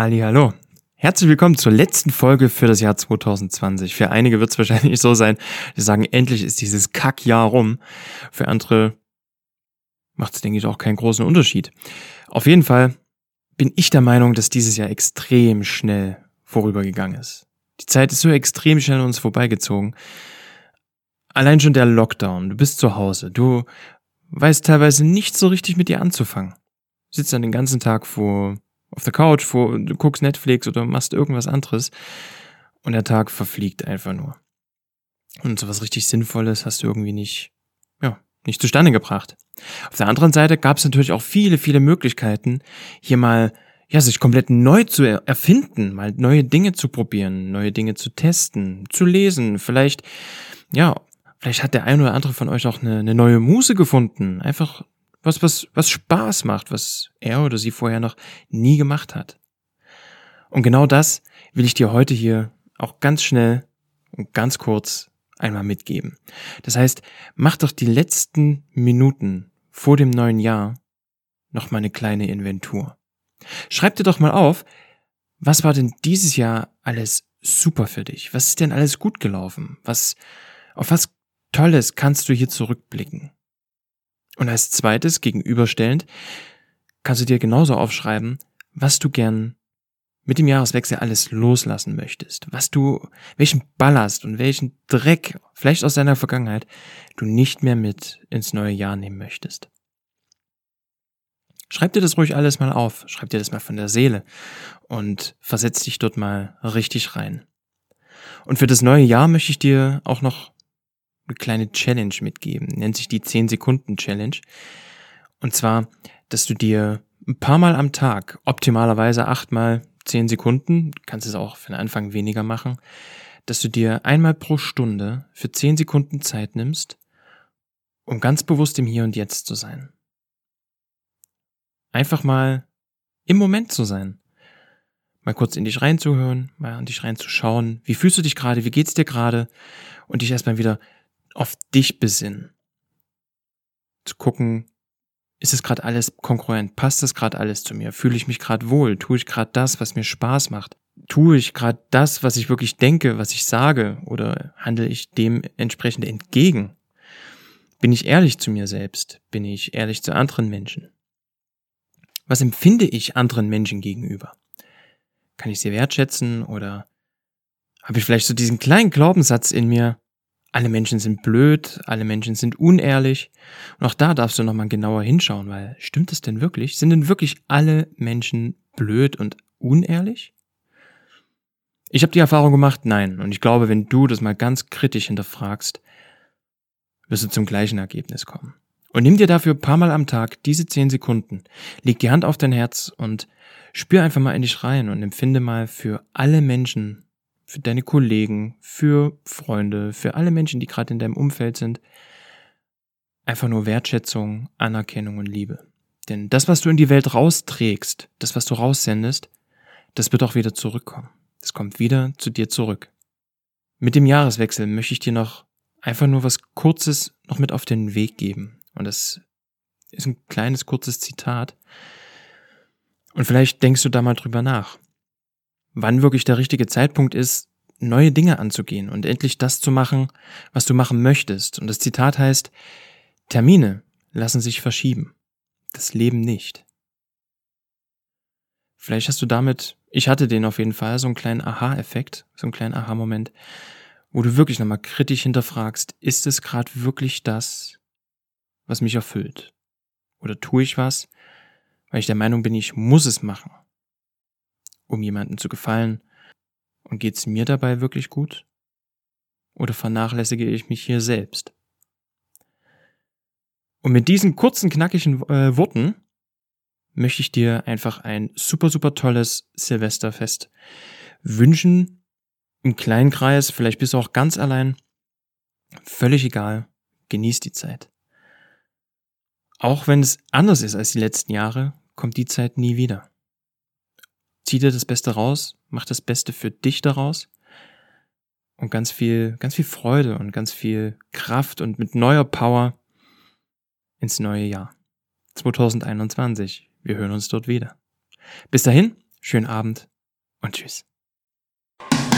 Hallihallo. Herzlich willkommen zur letzten Folge für das Jahr 2020. Für einige wird es wahrscheinlich so sein, die sagen, endlich ist dieses Kackjahr rum. Für andere macht es, denke ich, auch keinen großen Unterschied. Auf jeden Fall bin ich der Meinung, dass dieses Jahr extrem schnell vorübergegangen ist. Die Zeit ist so extrem schnell an uns vorbeigezogen. Allein schon der Lockdown, du bist zu Hause, du weißt teilweise nicht so richtig mit dir anzufangen. Du sitzt dann den ganzen Tag auf der Couch, du guckst Netflix oder machst irgendwas anderes und der Tag verfliegt einfach nur. Und so was richtig Sinnvolles hast du irgendwie nicht zustande gebracht. Auf der anderen Seite gab es natürlich auch viele, viele Möglichkeiten, hier mal sich komplett neu zu erfinden, mal neue Dinge zu probieren, neue Dinge zu testen, zu lesen. Vielleicht hat der ein oder andere von euch auch eine neue Muse gefunden. Einfach was Spaß macht, was er oder sie vorher noch nie gemacht hat. Und genau das will ich dir heute hier auch ganz schnell und ganz kurz einmal mitgeben. Das heißt, mach doch die letzten Minuten vor dem neuen Jahr noch mal eine kleine Inventur. Schreib dir doch mal auf, was war denn dieses Jahr alles super für dich? Was ist denn alles gut gelaufen? Auf was Tolles kannst du hier zurückblicken? Und als zweites, gegenüberstellend, kannst du dir genauso aufschreiben, was du gern mit dem Jahreswechsel alles loslassen möchtest, welchen Ballast und welchen Dreck, vielleicht aus deiner Vergangenheit, du nicht mehr mit ins neue Jahr nehmen möchtest. Schreib dir das ruhig alles mal auf, schreib dir das mal von der Seele und versetz dich dort mal richtig rein. Und für das neue Jahr möchte ich dir auch noch eine kleine Challenge mitgeben, nennt sich die 10-Sekunden-Challenge. Und zwar, dass du dir ein paar Mal am Tag, optimalerweise 8 mal 10 Sekunden, du kannst es auch für den Anfang weniger machen, dass du dir einmal pro Stunde für 10 Sekunden Zeit nimmst, um ganz bewusst im Hier und Jetzt zu sein. Einfach mal im Moment zu sein. Mal kurz in dich reinzuhören, mal in dich reinzuschauen. Wie fühlst du dich gerade? Wie geht's dir gerade? Und dich erstmal wieder auf dich besinnen. Zu gucken, ist es gerade alles kongruent? Passt das gerade alles zu mir? Fühle ich mich gerade wohl? Tue ich gerade das, was mir Spaß macht? Tue ich gerade das, was ich wirklich denke, was ich sage? Oder handle ich dem entsprechend entgegen? Bin ich ehrlich zu mir selbst? Bin ich ehrlich zu anderen Menschen? Was empfinde ich anderen Menschen gegenüber? Kann ich sie wertschätzen oder habe ich vielleicht so diesen kleinen Glaubenssatz in mir, alle Menschen sind blöd, alle Menschen sind unehrlich. Und auch da darfst du nochmal genauer hinschauen, weil stimmt es denn wirklich? Sind denn wirklich alle Menschen blöd und unehrlich? Ich habe die Erfahrung gemacht, nein. Und ich glaube, wenn du das mal ganz kritisch hinterfragst, wirst du zum gleichen Ergebnis kommen. Und nimm dir dafür ein paar Mal am Tag diese 10 Sekunden, leg die Hand auf dein Herz und spür einfach mal in dich rein und empfinde mal für alle Menschen, für deine Kollegen, für Freunde, für alle Menschen, die gerade in deinem Umfeld sind, einfach nur Wertschätzung, Anerkennung und Liebe. Denn das, was du in die Welt rausträgst, das, was du raussendest, das wird auch wieder zurückkommen. Das kommt wieder zu dir zurück. Mit dem Jahreswechsel möchte ich dir noch einfach nur was Kurzes noch mit auf den Weg geben. Und das ist ein kleines, kurzes Zitat. Und vielleicht denkst du da mal drüber nach, wann wirklich der richtige Zeitpunkt ist, neue Dinge anzugehen und endlich das zu machen, was du machen möchtest. Und das Zitat heißt, Termine lassen sich verschieben, das Leben nicht. Vielleicht hast du damit, ich hatte den auf jeden Fall, so einen kleinen Aha-Effekt, so einen kleinen Aha-Moment, wo du wirklich nochmal kritisch hinterfragst, ist es gerade wirklich das, was mich erfüllt? Oder tue ich was, weil ich der Meinung bin, ich muss es machen, um jemandem zu gefallen? Und geht's mir dabei wirklich gut? Oder vernachlässige ich mich hier selbst? Und mit diesen kurzen, knackigen Worten möchte ich dir einfach ein super, super tolles Silvesterfest wünschen. Im kleinen Kreis, vielleicht bist du auch ganz allein. Völlig egal. Genieß die Zeit. Auch wenn es anders ist als die letzten Jahre, kommt die Zeit nie wieder. Zieh dir das Beste raus, mach das Beste für dich daraus und ganz viel Freude und ganz viel Kraft und mit neuer Power ins neue Jahr 2021. Wir hören uns dort wieder. Bis dahin, schönen Abend und tschüss.